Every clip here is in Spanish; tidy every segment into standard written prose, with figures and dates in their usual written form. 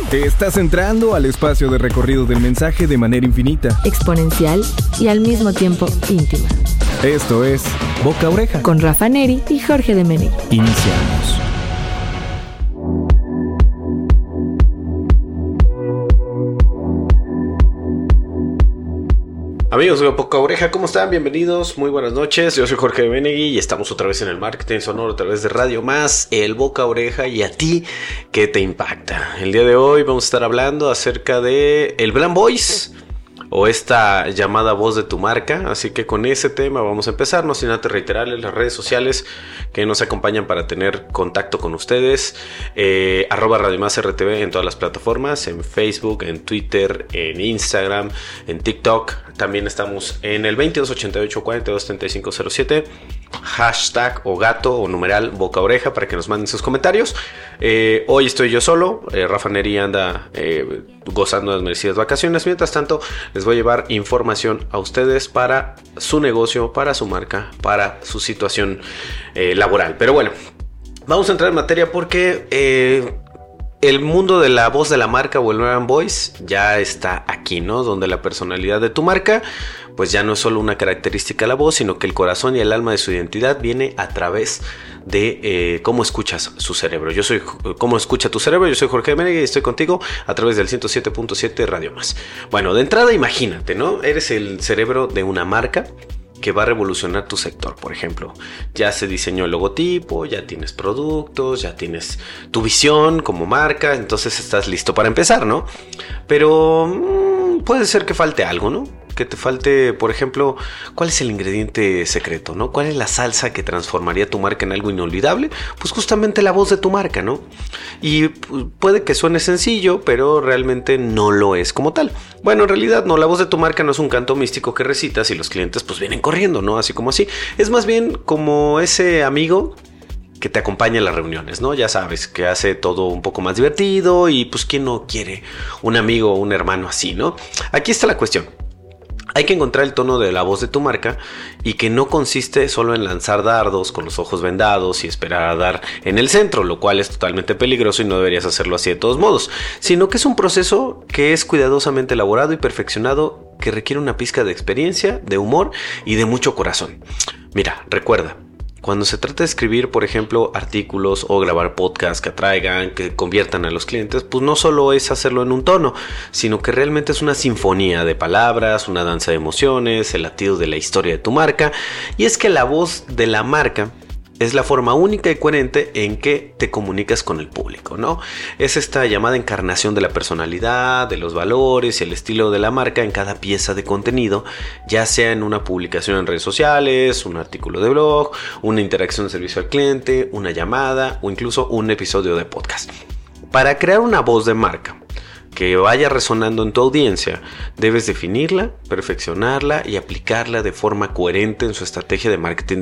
Estás entrando al espacio de recorrido del mensaje de manera infinita, exponencial y al mismo tiempo íntima. Esto es Boca Oreja Con Rafa Neri y Jorge de Menegui. Iniciamos. Amigos de Boca Oreja, ¿cómo están? Bienvenidos, muy buenas noches. Yo soy Jorge de Menegui y estamos otra vez en el marketing sonoro a través de Radio Más, el Boca Oreja y a ti, ¿qué te impacta? El día de hoy vamos a estar hablando acerca de el brand voice o esta llamada voz de tu marca, así que con ese tema vamos a empezar, no sin antes reiterarles las redes sociales que nos acompañan para tener contacto con ustedes, @Radio Más RTV en todas las plataformas, en Facebook, en Twitter, en Instagram, en TikTok, también estamos en el 2288-423507, hashtag o gato o numeral Boca Oreja para que nos manden sus comentarios. Hoy estoy yo solo, Rafa Neri anda gozando de las merecidas vacaciones, mientras tanto les voy a llevar información a ustedes para su negocio, para su marca, para su situación laboral. Pero bueno, vamos a entrar en materia porque el mundo de la voz de la marca o el brand voice ya está aquí, ¿no? Donde la personalidad de tu marca pues ya no es solo una característica de la voz, sino que el corazón y el alma de su identidad viene a través de cómo escuchas su cerebro. Cómo escucha tu cerebro. Yo soy Jorge Menegui y estoy contigo a través del 107.7 Radio Más. Bueno, de entrada imagínate, ¿no? Eres el cerebro de una marca que va a revolucionar tu sector, por ejemplo. Ya se diseñó el logotipo, ya tienes productos, ya tienes tu visión como marca, entonces estás listo para empezar, ¿no? Pero puede ser que falte algo, ¿no? Que te falte, por ejemplo, ¿cuál es el ingrediente secreto, no? ¿Cuál es la salsa que transformaría tu marca en algo inolvidable? Pues justamente la voz de tu marca, ¿no? Y puede que suene sencillo, pero realmente no lo es como tal. Bueno, en realidad no, la voz de tu marca no es un canto místico que recitas y los clientes pues vienen corriendo, ¿no? Así como así. Es más bien como ese amigo que te acompaña en las reuniones, ¿no? Ya sabes, que hace todo un poco más divertido y pues ¿quién no quiere un amigo o un hermano así, no? Aquí está la cuestión. Hay que encontrar el tono de la voz de tu marca y que no consiste solo en lanzar dardos con los ojos vendados y esperar a dar en el centro, lo cual es totalmente peligroso y no deberías hacerlo así de todos modos, sino que es un proceso que es cuidadosamente elaborado y perfeccionado, que requiere una pizca de experiencia, de humor y de mucho corazón. Mira, recuerda, cuando se trata de escribir, por ejemplo, artículos o grabar podcasts que atraigan, que conviertan a los clientes, pues no solo es hacerlo en un tono, sino que realmente es una sinfonía de palabras, una danza de emociones, el latido de la historia de tu marca. Y es que la voz de la marca es la forma única y coherente en que te comunicas con el público, ¿no? Es esta llamada encarnación de la personalidad, de los valores y el estilo de la marca en cada pieza de contenido, ya sea en una publicación en redes sociales, un artículo de blog, una interacción de servicio al cliente, una llamada o incluso un episodio de podcast. Para crear una voz de marca que vaya resonando en tu audiencia, debes definirla, perfeccionarla y aplicarla de forma coherente en su estrategia de marketing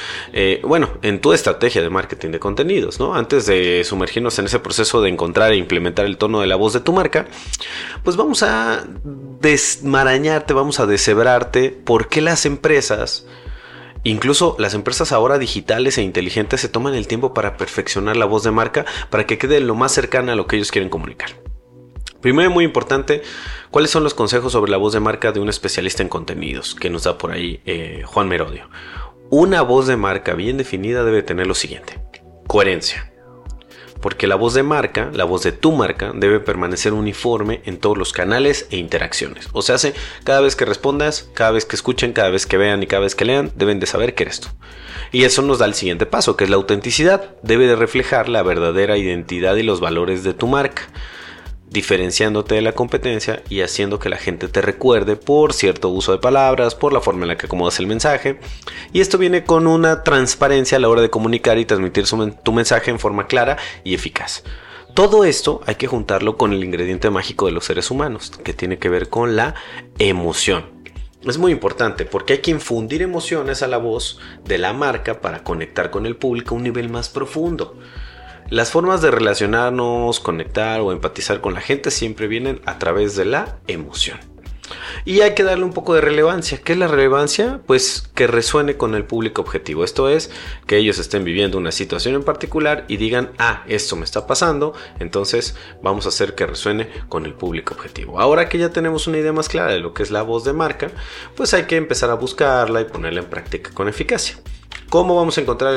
en tu estrategia de marketing de contenidos, ¿no? Antes de sumergirnos en ese proceso de encontrar e implementar el tono de la voz de tu marca, pues vamos a desmarañarte, vamos a deshebrarte por qué las empresas, incluso las empresas ahora digitales e inteligentes, se toman el tiempo para perfeccionar la voz de marca para que quede lo más cercana a lo que ellos quieren comunicar. Primero, muy importante, ¿cuáles son los consejos sobre la voz de marca de un especialista en contenidos? Que nos da por ahí Juan Merodio. Una voz de marca bien definida debe tener lo siguiente: coherencia. Porque la voz de marca, la voz de tu marca, debe permanecer uniforme en todos los canales e interacciones. O sea, cada vez que respondas, cada vez que escuchen, cada vez que vean y cada vez que lean, deben de saber que eres tú. Y eso nos da el siguiente paso, que es la autenticidad. Debe de reflejar la verdadera identidad y los valores de tu marca, diferenciándote de la competencia y haciendo que la gente te recuerde por cierto uso de palabras, por la forma en la que acomodas el mensaje. Y esto viene con una transparencia a la hora de comunicar y transmitir tu mensaje en forma clara y eficaz. Todo esto hay que juntarlo con el ingrediente mágico de los seres humanos, que tiene que ver con la emoción. Es muy importante porque hay que infundir emociones a la voz de la marca para conectar con el público a un nivel más profundo. Las formas de relacionarnos, conectar o empatizar con la gente siempre vienen a través de la emoción. Y hay que darle un poco de relevancia. ¿Qué es la relevancia? Pues que resuene con el público objetivo. Esto es, que ellos estén viviendo una situación en particular y digan, esto me está pasando, entonces vamos a hacer que resuene con el público objetivo. Ahora que ya tenemos una idea más clara de lo que es la voz de marca, pues hay que empezar a buscarla y ponerla en práctica con eficacia. ¿Cómo vamos a encontrar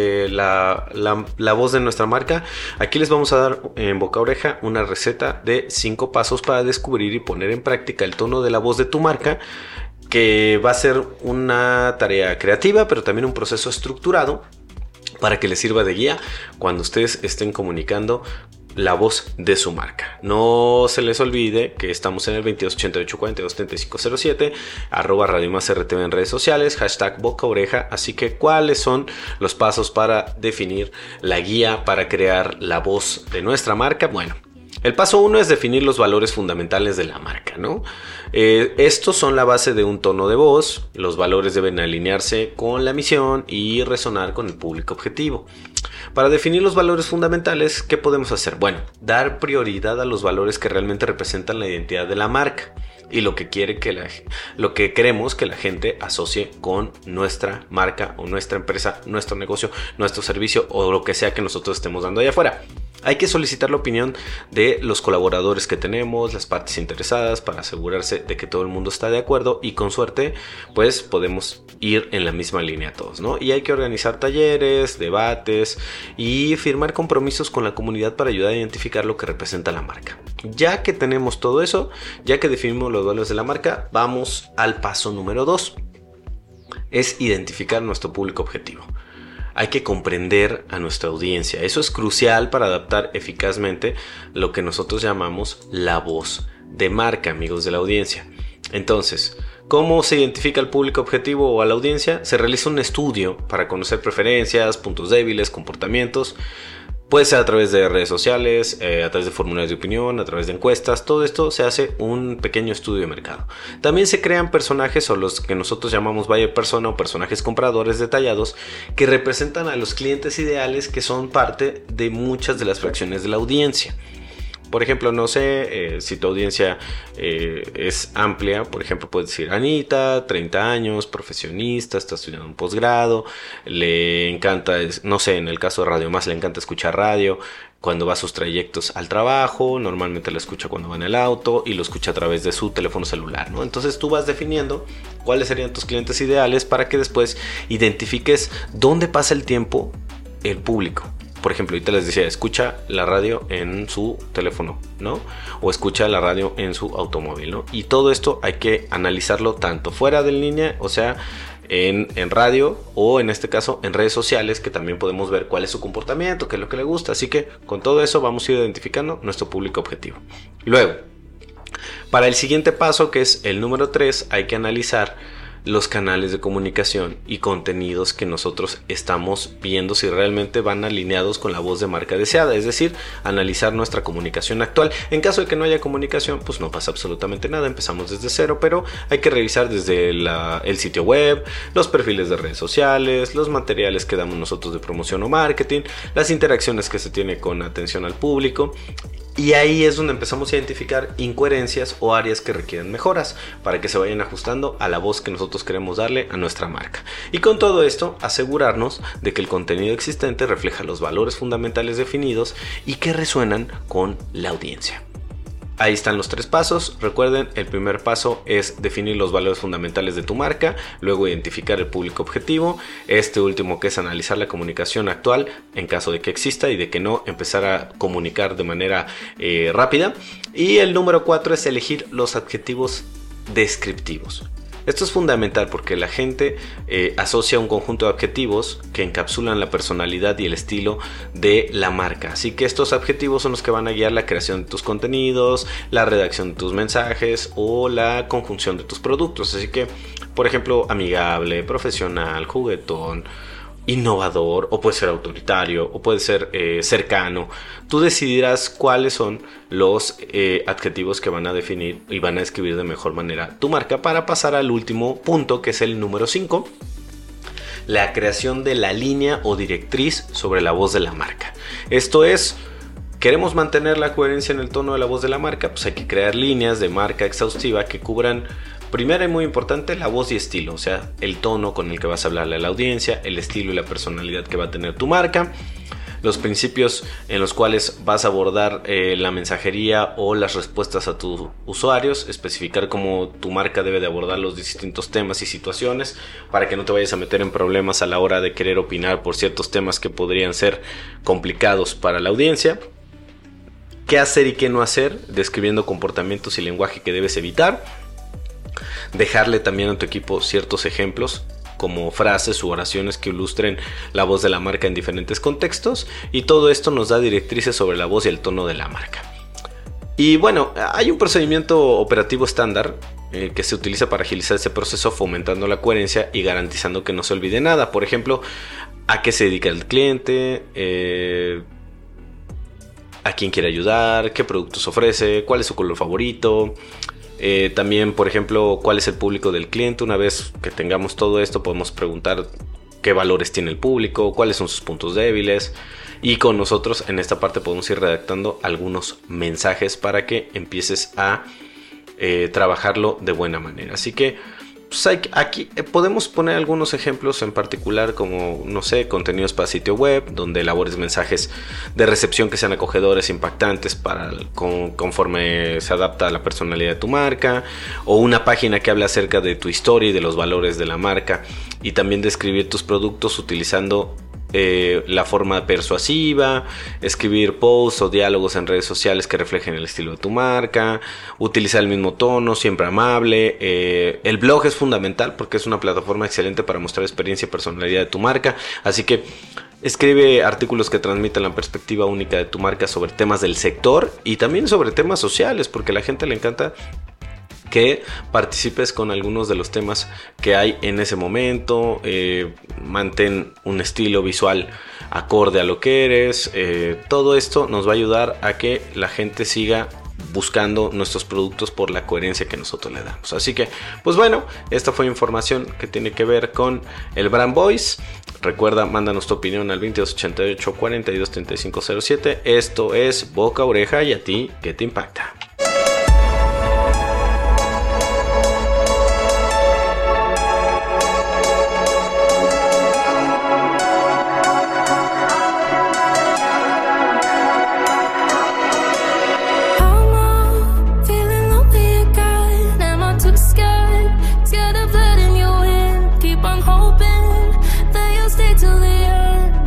la voz de nuestra marca? Aquí les vamos a dar en boca oreja una receta de 5 pasos para descubrir y poner en práctica el tono de la voz de tu marca, que va a ser una tarea creativa, pero también un proceso estructurado para que les sirva de guía cuando ustedes estén comunicando la voz de su marca. No se les olvide que estamos en el 2288-423507, @Radio Más RTV en redes sociales, #boca oreja. Así que, ¿cuáles son los pasos para definir la guía para crear la voz de nuestra marca? Bueno, el paso 1 es definir los valores fundamentales de la marca, ¿no? Estos son la base de un tono de voz. Los valores deben alinearse con la misión y resonar con el público objetivo. Para definir los valores fundamentales, ¿qué podemos hacer? Bueno, dar prioridad a los valores que realmente representan la identidad de la marca y lo que queremos que la gente asocie con nuestra marca o nuestra empresa, nuestro negocio, nuestro servicio o lo que sea que nosotros estemos dando allá afuera. Hay que solicitar la opinión de los colaboradores que tenemos, las partes interesadas, para asegurarse de que todo el mundo está de acuerdo y con suerte pues podemos ir en la misma línea todos, ¿no? Y hay que organizar talleres, debates y firmar compromisos con la comunidad para ayudar a identificar lo que representa la marca. Ya que tenemos todo eso, ya que definimos los valores de la marca, vamos al paso número 2. Es identificar nuestro público objetivo. Hay que comprender a nuestra audiencia. Eso es crucial para adaptar eficazmente lo que nosotros llamamos la voz de marca, amigos de la audiencia. Entonces, ¿cómo se identifica al público objetivo o a la audiencia? Se realiza un estudio para conocer preferencias, puntos débiles, comportamientos. Puede ser a través de redes sociales, a través de formularios de opinión, a través de encuestas. Todo esto se hace un pequeño estudio de mercado. También se crean personajes, o los que nosotros llamamos buyer persona o personajes compradores detallados, que representan a los clientes ideales, que son parte de muchas de las fracciones de la audiencia. Por ejemplo, no sé si tu audiencia es amplia. Por ejemplo, puedes decir Anita, 30 años, profesionista, está estudiando un posgrado, le encanta, no sé, en el caso de Radio Más, le encanta escuchar radio cuando va a sus trayectos al trabajo. Normalmente lo escucha cuando va en el auto y lo escucha a través de su teléfono celular, ¿no? Entonces tú vas definiendo cuáles serían tus clientes ideales para que después identifiques dónde pasa el tiempo el público. Por ejemplo, ahorita les decía, escucha la radio en su teléfono, ¿no? O escucha la radio en su automóvil, ¿no? Y todo esto hay que analizarlo tanto fuera de línea, o sea, en radio, o en este caso en redes sociales, que también podemos ver cuál es su comportamiento, qué es lo que le gusta. Así que con todo eso vamos a ir identificando nuestro público objetivo. Luego, para el siguiente paso, que es el número 3, hay que analizar los canales de comunicación y contenidos que nosotros estamos viendo si realmente van alineados con la voz de marca deseada, es decir, analizar nuestra comunicación actual. En caso de que no haya comunicación, pues no pasa absolutamente nada, empezamos desde cero, pero hay que revisar desde el sitio web, los perfiles de redes sociales, los materiales que damos nosotros de promoción o marketing, las interacciones que se tiene con atención al público. Y ahí es donde empezamos a identificar incoherencias o áreas que requieren mejoras para que se vayan ajustando a la voz que nosotros queremos darle a nuestra marca. Y con todo esto, asegurarnos de que el contenido existente refleja los valores fundamentales definidos y que resuenan con la audiencia. Ahí están los 3 pasos. Recuerden, el primer paso es definir los valores fundamentales de tu marca, luego identificar el público objetivo, este último que es analizar la comunicación actual en caso de que exista, y de que no, empezar a comunicar de manera rápida. Y el número 4 es elegir los adjetivos descriptivos. Esto es fundamental porque la gente asocia un conjunto de adjetivos que encapsulan la personalidad y el estilo de la marca. Así que estos adjetivos son los que van a guiar la creación de tus contenidos, la redacción de tus mensajes o la conjunción de tus productos. Así que, por ejemplo, amigable, profesional, juguetón, innovador, o puede ser autoritario, o puede ser cercano. Tú decidirás cuáles son los adjetivos que van a definir y van a describir de mejor manera tu marca, para pasar al último punto, que es el número 5, la creación de la línea o directriz sobre la voz de la marca. Esto es, queremos mantener la coherencia en el tono de la voz de la marca, pues hay que crear líneas de marca exhaustiva que cubran, primero y muy importante, la voz y estilo, o sea, el tono con el que vas a hablarle a la audiencia, el estilo y la personalidad que va a tener tu marca, los principios en los cuales vas a abordar la mensajería o las respuestas a tus usuarios, especificar cómo tu marca debe de abordar los distintos temas y situaciones para que no te vayas a meter en problemas a la hora de querer opinar por ciertos temas que podrían ser complicados para la audiencia. Qué hacer y qué no hacer, describiendo comportamientos y lenguaje que debes evitar. Dejarle también a tu equipo ciertos ejemplos como frases u oraciones que ilustren la voz de la marca en diferentes contextos, y todo esto nos da directrices sobre la voz y el tono de la marca. Y bueno, hay un procedimiento operativo estándar que se utiliza para agilizar este proceso, fomentando la coherencia y garantizando que no se olvide nada. Por ejemplo, a qué se dedica el cliente, a quién quiere ayudar, qué productos ofrece, cuál es su color favorito. También, por ejemplo, cuál es el público del cliente. Una vez que tengamos todo esto, podemos preguntar qué valores tiene el público, cuáles son sus puntos débiles, y con nosotros en esta parte podemos ir redactando algunos mensajes para que empieces a trabajarlo de buena manera. Así que pues aquí podemos poner algunos ejemplos en particular, como, no sé, contenidos para sitio web, donde elabores mensajes de recepción que sean acogedores, impactantes, conforme se adapta a la personalidad de tu marca, o una página que habla acerca de tu historia y de los valores de la marca, y también describir tus productos utilizando la forma persuasiva, escribir posts o diálogos en redes sociales que reflejen el estilo de tu marca, utilizar el mismo tono, siempre amable. El blog es fundamental porque es una plataforma excelente para mostrar experiencia y personalidad de tu marca, así que escribe artículos que transmitan la perspectiva única de tu marca sobre temas del sector y también sobre temas sociales, porque a la gente le encanta que participes con algunos de los temas que hay en ese momento. Mantén un estilo visual acorde a lo que eres. Todo esto nos va a ayudar a que la gente siga buscando nuestros productos por la coherencia que nosotros le damos. Así que, pues bueno, esta fue información que tiene que ver con el Brand Voice. Recuerda, mándanos tu opinión al 2288 42 3507. Esto es Boca Oreja, y a ti, ¿qué te impacta?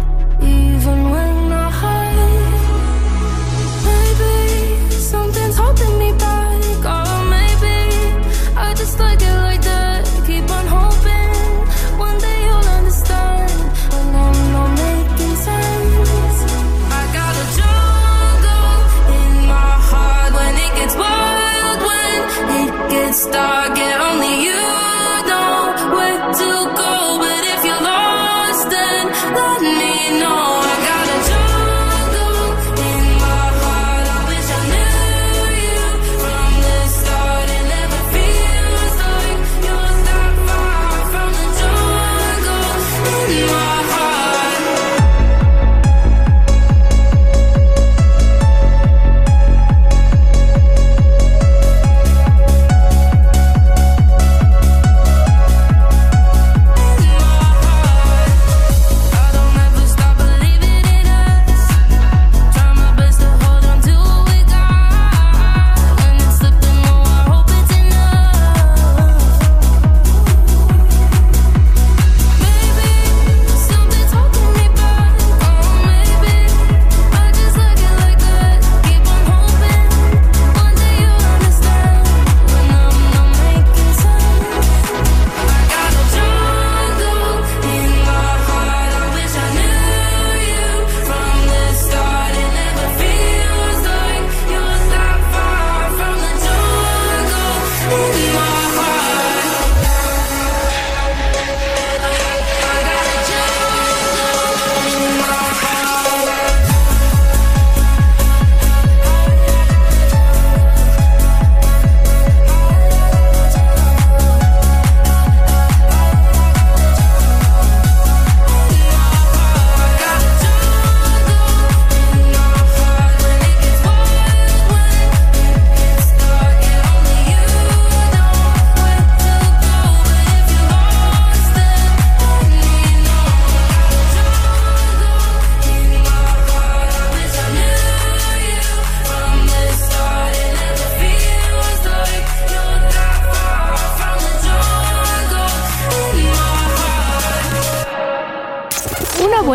Even when I hide, maybe something's hoping.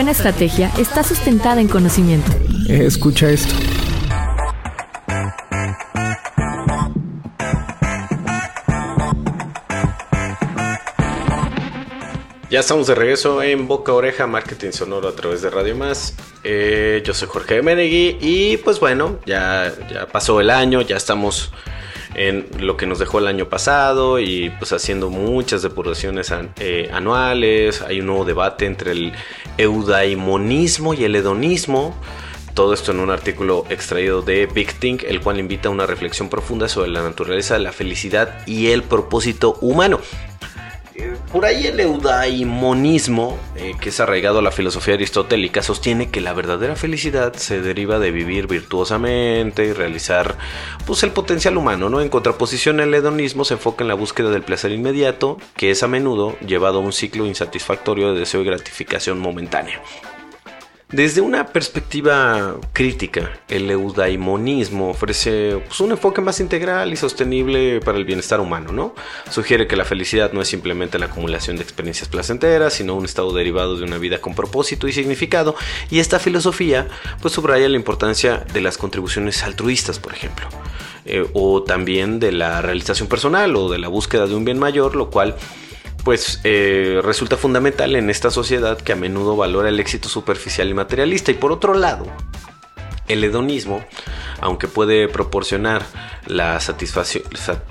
buena estrategia está sustentada en conocimiento. Escucha esto. Ya estamos de regreso en Boca Oreja, Marketing Sonoro a través de Radio Más. Yo soy Jorge de Menegui y pues bueno, ya pasó el año, ya estamos en lo que nos dejó el año pasado y pues haciendo muchas depuraciones anuales. Hay un nuevo debate entre el eudaimonismo y el hedonismo. Todo esto en un artículo extraído de Big Think, el cual invita a una reflexión profunda sobre la naturaleza de la felicidad y el propósito humano. Por ahí el eudaimonismo, que es arraigado a la filosofía aristotélica, sostiene que la verdadera felicidad se deriva de vivir virtuosamente y realizar pues, el potencial humano, ¿no? En contraposición, el hedonismo se enfoca en la búsqueda del placer inmediato, que es a menudo llevado a un ciclo insatisfactorio de deseo y gratificación momentánea. Desde una perspectiva crítica, el eudaimonismo ofrece pues, un enfoque más integral y sostenible para el bienestar humano, ¿no? Sugiere que la felicidad no es simplemente la acumulación de experiencias placenteras, sino un estado derivado de una vida con propósito y significado. Y esta filosofía pues, subraya la importancia de las contribuciones altruistas, por ejemplo, o también de la realización personal o de la búsqueda de un bien mayor, lo cual pues resulta fundamental en esta sociedad que a menudo valora el éxito superficial y materialista. Y por otro lado, el hedonismo, aunque puede proporcionar la satisfacción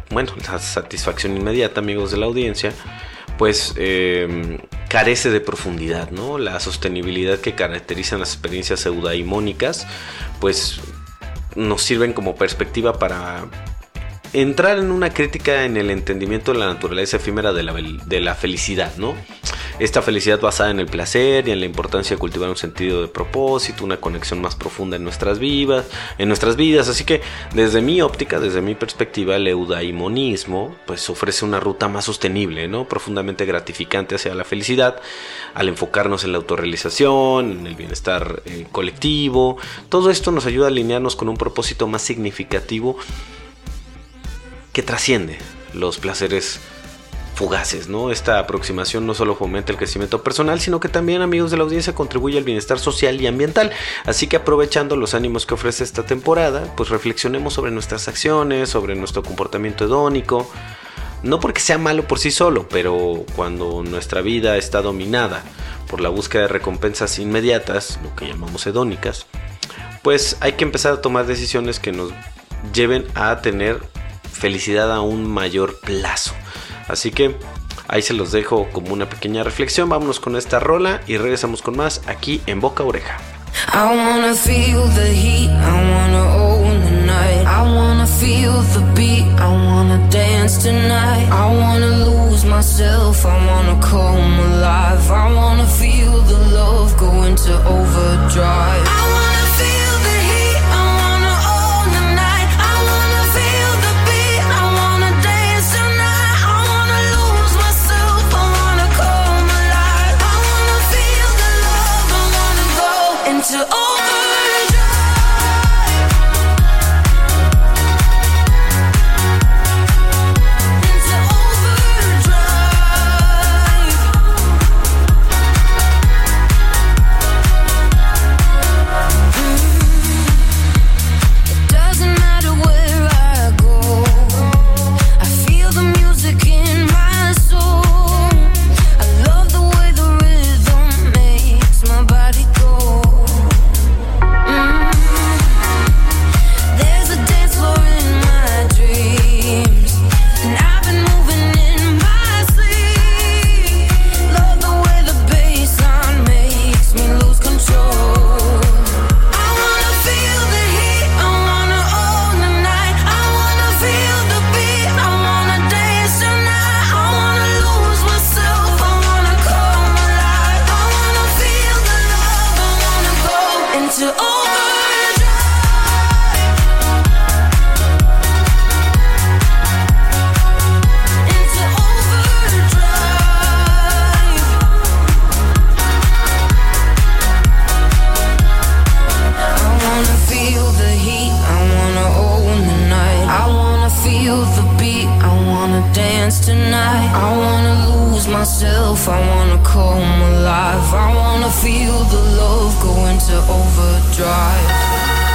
inmediata, amigos de la audiencia, pues carece de profundidad, ¿no? La sostenibilidad que caracterizan las experiencias eudaimónicas, pues nos sirven como perspectiva para entrar en una crítica en el entendimiento de la naturaleza efímera de la felicidad, ¿no? Esta felicidad basada en el placer y en la importancia de cultivar un sentido de propósito, una conexión más profunda en nuestras vidas. Así que desde mi óptica, desde mi perspectiva, el eudaimonismo pues ofrece una ruta más sostenible, ¿no? Profundamente gratificante hacia la felicidad, al enfocarnos en la autorrealización, en el bienestar colectivo. Todo esto nos ayuda a alinearnos con un propósito más significativo que trasciende los placeres fugaces, ¿no? Esta aproximación no solo fomenta el crecimiento personal, sino que también, amigos de la audiencia, contribuye al bienestar social y ambiental. Así que aprovechando los ánimos que ofrece esta temporada, pues reflexionemos sobre nuestras acciones, sobre nuestro comportamiento hedónico. No porque sea malo por sí solo, pero cuando nuestra vida está dominada por la búsqueda de recompensas inmediatas, lo que llamamos hedónicas, pues hay que empezar a tomar decisiones que nos lleven a tener felicidad a un mayor plazo. Así que ahí se los dejo como una pequeña reflexión. Vámonos con esta rola y regresamos con más aquí en Boca Oreja. I wanna feel the heat, I wanna own the night, I wanna feel the beat, I wanna dance tonight, I wanna lose myself, I wanna come alive, I wanna feel the love go into overdrive. I wanna feel the heat, I wanna own the night, I wanna feel the beat, I wanna dance tonight, I wanna lose myself, I wanna come alive, I wanna feel the love, I wanna go into overdrive. Feel the beat, I wanna dance tonight, I wanna lose lose myself, I wanna come alive. I wanna feel the love go into overdrive.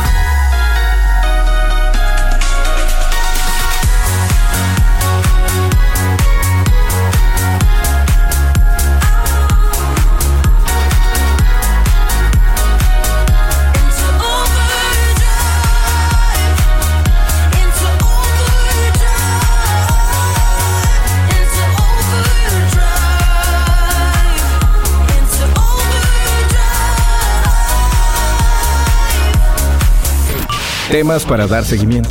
Temas para dar seguimiento.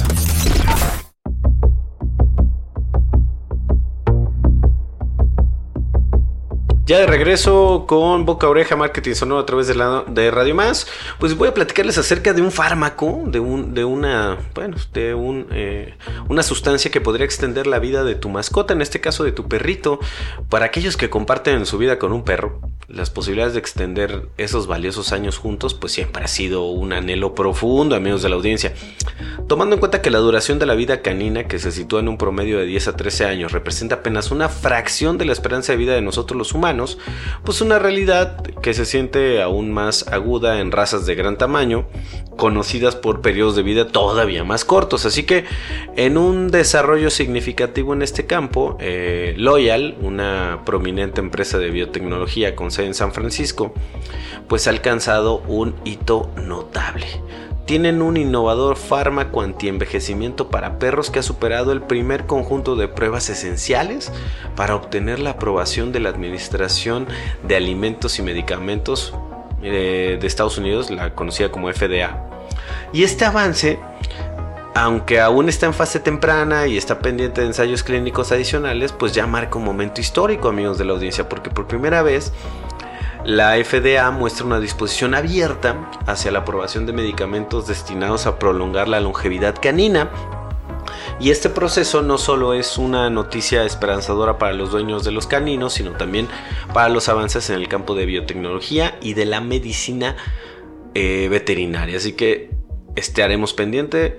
Ya de regreso con Boca Oreja Marketing Sonoro a través de Radio Más, pues voy a platicarles acerca de un fármaco, de una sustancia que podría extender la vida de tu mascota, en este caso de tu perrito. Para aquellos que comparten su vida con un perro, las posibilidades de extender esos valiosos años juntos, pues siempre ha sido un anhelo profundo, amigos de la audiencia. Tomando en cuenta que la duración de la vida canina, que se sitúa en un promedio de 10 a 13 años, representa apenas una fracción de la esperanza de vida de nosotros los humanos, pues una realidad que se siente aún más aguda en razas de gran tamaño, conocidas por periodos de vida todavía más cortos. Así que en un desarrollo significativo en este campo, Loyal, una prominente empresa de biotecnología con sede en San Francisco, pues ha alcanzado un hito notable. Tienen un innovador fármaco antienvejecimiento para perros que ha superado el primer conjunto de pruebas esenciales para obtener la aprobación de la Administración de Alimentos y Medicamentos de Estados Unidos, la conocida como FDA. Y este avance, aunque aún está en fase temprana y está pendiente de ensayos clínicos adicionales, pues ya marca un momento histórico, amigos de la audiencia, porque por primera vez la FDA muestra una disposición abierta hacia la aprobación de medicamentos destinados a prolongar la longevidad canina. Y este proceso no solo es una noticia esperanzadora para los dueños de los caninos, sino también para los avances en el campo de biotecnología y de la medicina veterinaria. Así que estaremos pendientes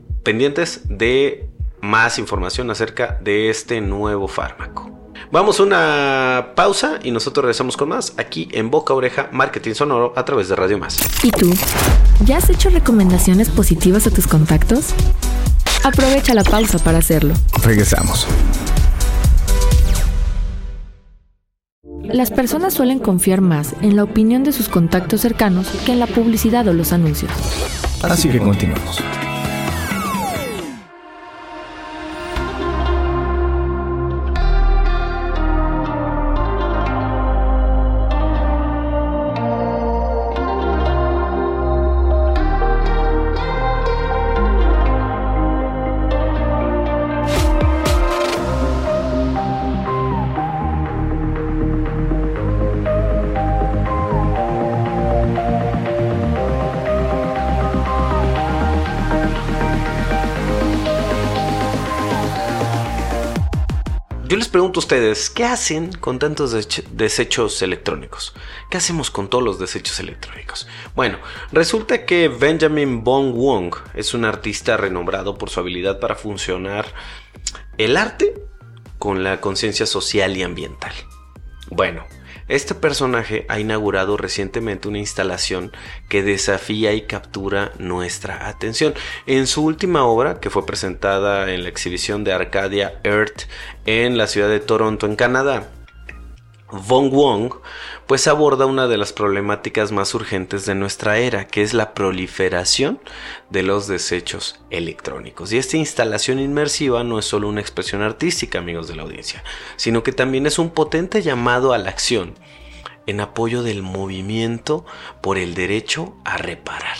de más información acerca de este nuevo fármaco. Vamos a una pausa y nosotros regresamos con más aquí en Boca Oreja Marketing Sonoro a través de Radio Más. ¿Y tú? ¿Ya has hecho recomendaciones positivas a tus contactos? Aprovecha la pausa para hacerlo. Regresamos. Las personas suelen confiar más en la opinión de sus contactos cercanos que en la publicidad o los anuncios. Así que continuamos. Yo les pregunto a ustedes, ¿qué hacen con tantos desechos electrónicos? ¿Qué hacemos con todos los desechos electrónicos? Bueno, resulta que Benjamin Bong Wong es un artista renombrado por su habilidad para fusionar el arte con la conciencia social y ambiental. Bueno, este personaje ha inaugurado recientemente una instalación que desafía y captura nuestra atención. En su última obra, que fue presentada en la exhibición de Arcadia Earth en la ciudad de Toronto, en Canadá, Bong Wong pues aborda una de las problemáticas más urgentes de nuestra era, que es la proliferación de los desechos electrónicos. Y esta instalación inmersiva no es solo una expresión artística, amigos de la audiencia, sino que también es un potente llamado a la acción en apoyo del movimiento por el derecho a reparar.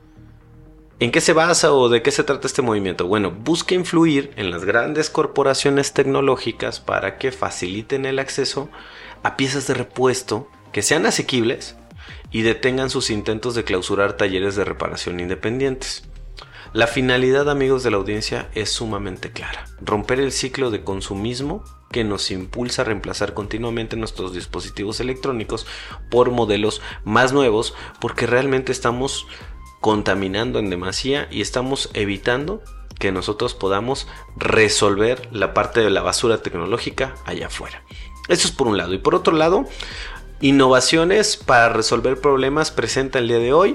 ¿En qué se basa o de qué se trata este movimiento? Bueno, busca influir en las grandes corporaciones tecnológicas para que faciliten el acceso a piezas de repuesto que sean asequibles y detengan sus intentos de clausurar talleres de reparación independientes. La finalidad, amigos de la audiencia, es sumamente clara: romper el ciclo de consumismo que nos impulsa a reemplazar continuamente nuestros dispositivos electrónicos por modelos más nuevos, porque realmente estamos contaminando en demasía y estamos evitando que nosotros podamos resolver la parte de la basura tecnológica allá afuera. Eso es por un lado. Y por otro lado, innovaciones para resolver problemas presenta el día de hoy.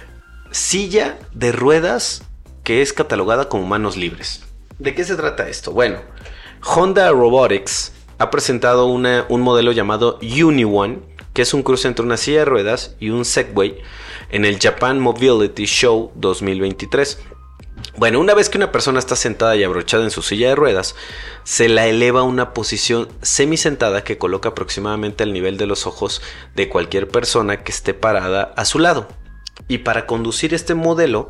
Silla de ruedas que es catalogada como manos libres. ¿De qué se trata esto? Bueno, Honda Robotics ha presentado un modelo llamado UniOne, que es un cruce entre una silla de ruedas y un Segway en el Japan Mobility Show 2023. Bueno, una vez que una persona está sentada y abrochada en su silla de ruedas, se la eleva a una posición semisentada que coloca aproximadamente al nivel de los ojos de cualquier persona que esté parada a su lado. Y para conducir este modelo,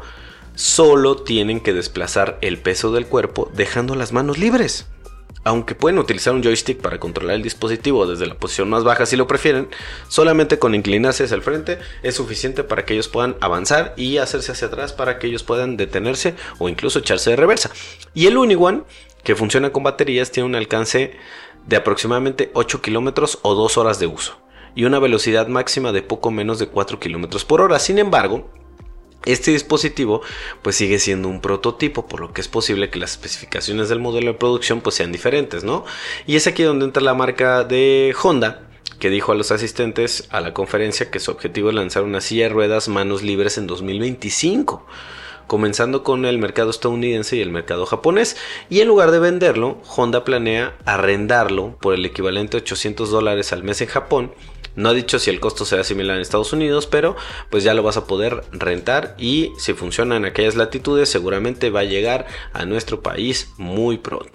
solo tienen que desplazar el peso del cuerpo dejando las manos libres. Aunque pueden utilizar un joystick para controlar el dispositivo desde la posición más baja si lo prefieren, solamente con inclinarse hacia el frente es suficiente para que ellos puedan avanzar y hacerse hacia atrás para que ellos puedan detenerse o incluso echarse de reversa. Y el UniOne, que funciona con baterías, tiene un alcance de aproximadamente 8 kilómetros o 2 horas de uso y una velocidad máxima de poco menos de 4 kilómetros por hora. Sin embargo, este dispositivo pues sigue siendo un prototipo, por lo que es posible que las especificaciones del modelo de producción pues sean diferentes, ¿no? Y es aquí donde entra la marca de Honda, que dijo a los asistentes a la conferencia que su objetivo es lanzar una silla de ruedas manos libres en 2025, comenzando con el mercado estadounidense y el mercado japonés. Y en lugar de venderlo, Honda planea arrendarlo por el equivalente a $800 al mes en Japón. No ha dicho si el costo será similar en Estados Unidos, pero pues ya lo vas a poder rentar y si funciona en aquellas latitudes seguramente va a llegar a nuestro país muy pronto.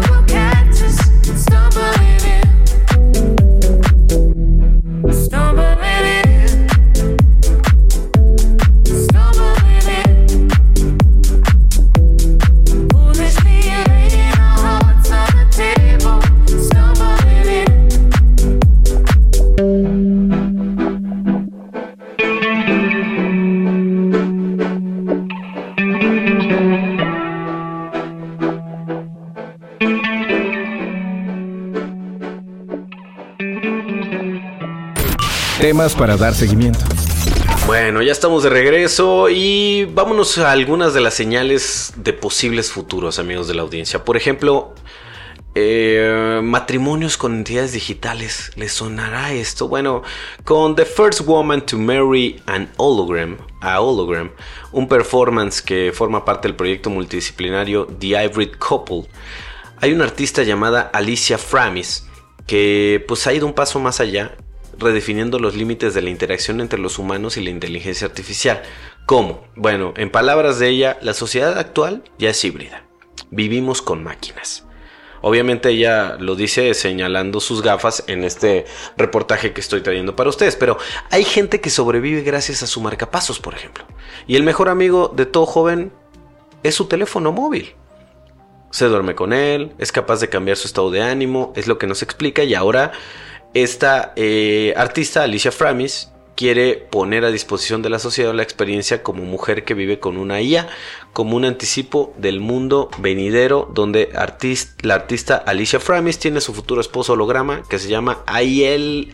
Stumble Temas para dar seguimiento. Bueno, ya estamos de regreso y vámonos a algunas de las señales de posibles futuros, amigos de la audiencia. Por ejemplo, matrimonios con entidades digitales. ¿Les sonará esto? Bueno, con The First Woman to Marry an Hologram, un performance que forma parte del proyecto multidisciplinario The Hybrid Couple, hay una artista llamada Alicia Framis que pues ha ido un paso más allá, redefiniendo los límites de la interacción entre los humanos y la inteligencia artificial. ¿Cómo? Bueno, en palabras de ella, la sociedad actual ya es híbrida. Vivimos con máquinas. Obviamente ella lo dice señalando sus gafas en este reportaje que estoy trayendo para ustedes, pero hay gente que sobrevive gracias a su marcapasos, por ejemplo. Y el mejor amigo de todo joven es su teléfono móvil. Se duerme con él, es capaz de cambiar su estado de ánimo, es lo que nos explica. Y ahora esta artista, Alicia Framis, quiere poner a disposición de la sociedad la experiencia como mujer que vive con una IA, como un anticipo del mundo venidero, donde la artista Alicia Framis tiene su futuro esposo holograma que se llama AI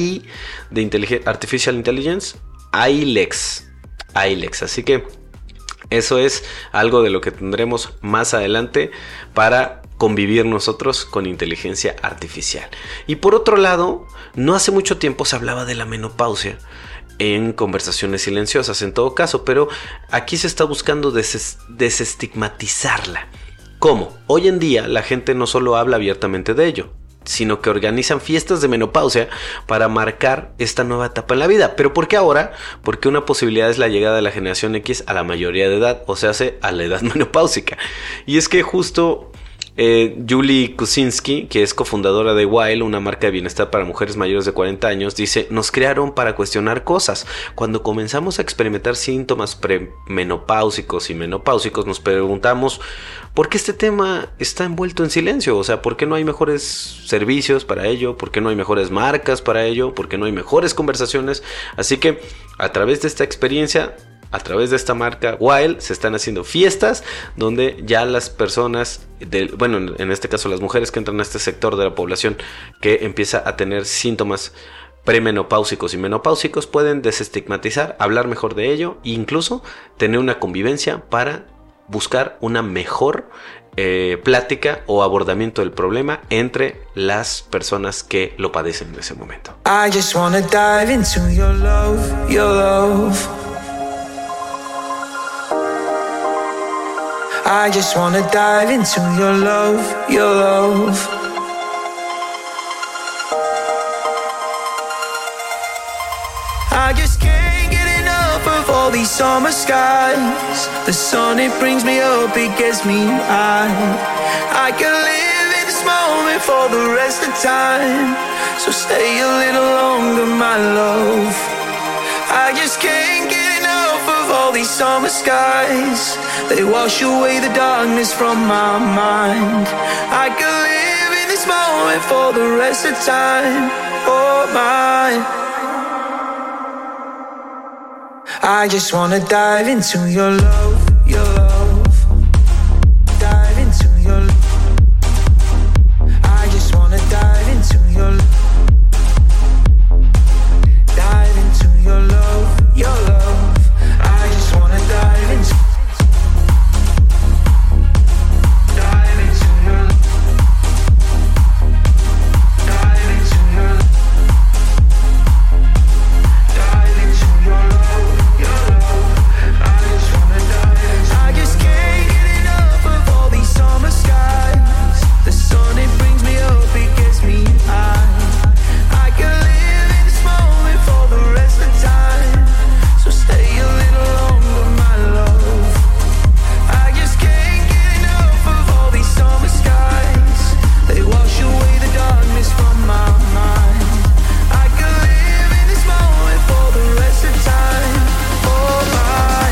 de Artificial Intelligence, ILEX. Así que eso es algo de lo que tendremos más adelante para convivir nosotros con inteligencia artificial. Y por otro lado, no hace mucho tiempo se hablaba de la menopausia en conversaciones silenciosas en todo caso, pero aquí se está buscando desestigmatizarla. ¿Cómo? Hoy en día la gente no solo habla abiertamente de ello, sino que organizan fiestas de menopausia para marcar esta nueva etapa en la vida. ¿Pero por qué ahora? Porque una posibilidad es la llegada de la generación X a la mayoría de edad, o sea, a la edad menopáusica. Y es que justo Julie Kuczynski, que es cofundadora de Wild, una marca de bienestar para mujeres mayores de 40 años, dice: nos crearon para cuestionar cosas. Cuando comenzamos a experimentar síntomas premenopáusicos y menopáusicos, nos preguntamos ¿por qué este tema está envuelto en silencio? O sea, ¿por qué no hay mejores servicios para ello? ¿Por qué no hay mejores marcas para ello? ¿Por qué no hay mejores conversaciones? Así que a través de esta experiencia, a través de esta marca Wild, se están haciendo fiestas donde ya las personas, en este caso las mujeres que entran a este sector de la población que empieza a tener síntomas premenopáusicos y menopáusicos, pueden desestigmatizar, hablar mejor de ello e incluso tener una convivencia para buscar una mejor plática o abordamiento del problema entre las personas que lo padecen en ese momento. I just wanna dive into your love, your love. I just wanna dive into your love, your love. I just can't get enough of all these summer skies. The sun, it brings me up, it gets me high. I can live in this moment for the rest of time. So stay a little longer, my love. I just can't get enough of all these summer skies. They wash away the darkness from my mind. I can live in this moment for the rest of time. Oh my, I just wanna dive into your love, your love. Dive into your love. I just wanna dive into your love. Dive into your love, your love. I just wanna dive into. Dive into your love. Dive into your love. Dive into your love, your love. I just wanna dive into. I just can't get enough of all these summer skies. The sun, it brings me up, it gets me high. I can live in this moment for the rest of time. So stay a little longer, my love. I just can't get enough of all these summer skies. They wash away the darkness from my mind. I can live in this moment for the rest of time. Oh my,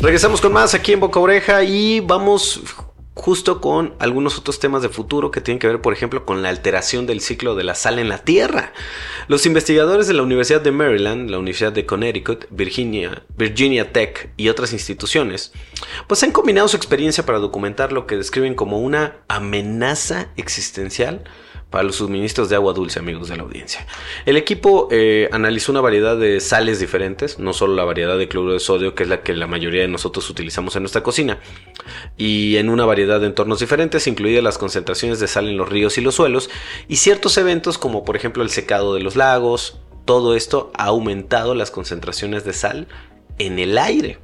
Regresamos con más aquí en Boca Oreja y vamos justo con algunos otros temas de futuro que tienen que ver, por ejemplo, con la alteración del ciclo de la sal en la Tierra. Los investigadores de la Universidad de Maryland, la Universidad de Connecticut, Virginia Tech y otras instituciones, pues han combinado su experiencia para documentar lo que describen como una amenaza existencial para los suministros de agua dulce, amigos de la audiencia. El equipo analizó una variedad de sales diferentes, no solo la variedad de cloruro de sodio, que es la que la mayoría de nosotros utilizamos en nuestra cocina, y en una variedad de entornos diferentes, incluidas las concentraciones de sal en los ríos y los suelos, y ciertos eventos como por ejemplo el secado de los lagos. Todo esto ha aumentado las concentraciones de sal en el aire.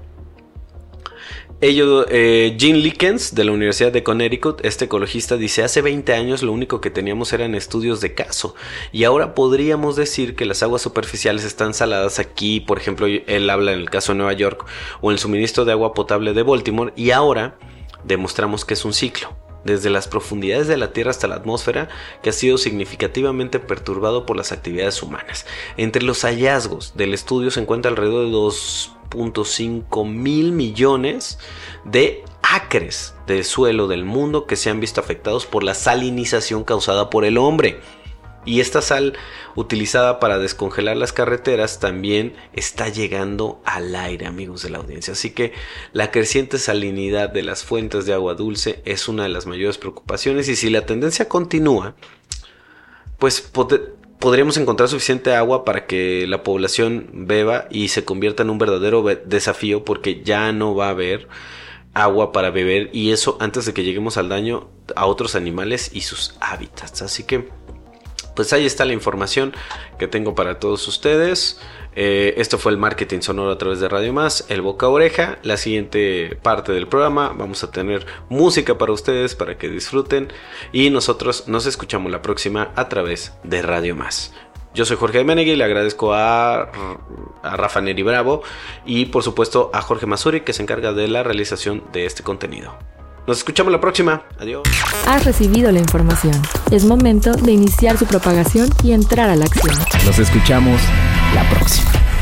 Gene Likens, de la Universidad de Connecticut, este ecologista, dice: hace 20 años lo único que teníamos eran estudios de caso, y ahora podríamos decir que las aguas superficiales están saladas aquí. Por ejemplo, él habla en el caso de Nueva York, o en el suministro de agua potable de Baltimore, y ahora demostramos que es un ciclo, desde las profundidades de la Tierra hasta la atmósfera, que ha sido significativamente perturbado por las actividades humanas. Entre los hallazgos del estudio se encuentra alrededor de 2.5 mil millones de acres de suelo del mundo que se han visto afectados por la salinización causada por el hombre. Y esta sal utilizada para descongelar las carreteras también está llegando al aire, amigos de la audiencia. Así que la creciente salinidad de las fuentes de agua dulce es una de las mayores preocupaciones, y si la tendencia continúa, pues podríamos encontrar suficiente agua para que la población beba y se convierta en un verdadero desafío, porque ya no va a haber agua para beber, y eso antes de que lleguemos al daño a otros animales y sus hábitats. Así que pues ahí está la información que tengo para todos ustedes. Esto fue el Marketing Sonoro a través de Radio Más, el Boca Oreja. La siguiente parte del programa vamos a tener música para ustedes, para que disfruten, y nosotros nos escuchamos la próxima a través de Radio Más. Yo soy Jorge Menegui, le agradezco a Rafa Neri Bravo y por supuesto a Jorge Masuri, que se encarga de la realización de este contenido. Nos escuchamos la próxima. Adiós. Has recibido la información. Es momento de iniciar su propagación y entrar a la acción. Nos escuchamos la próxima.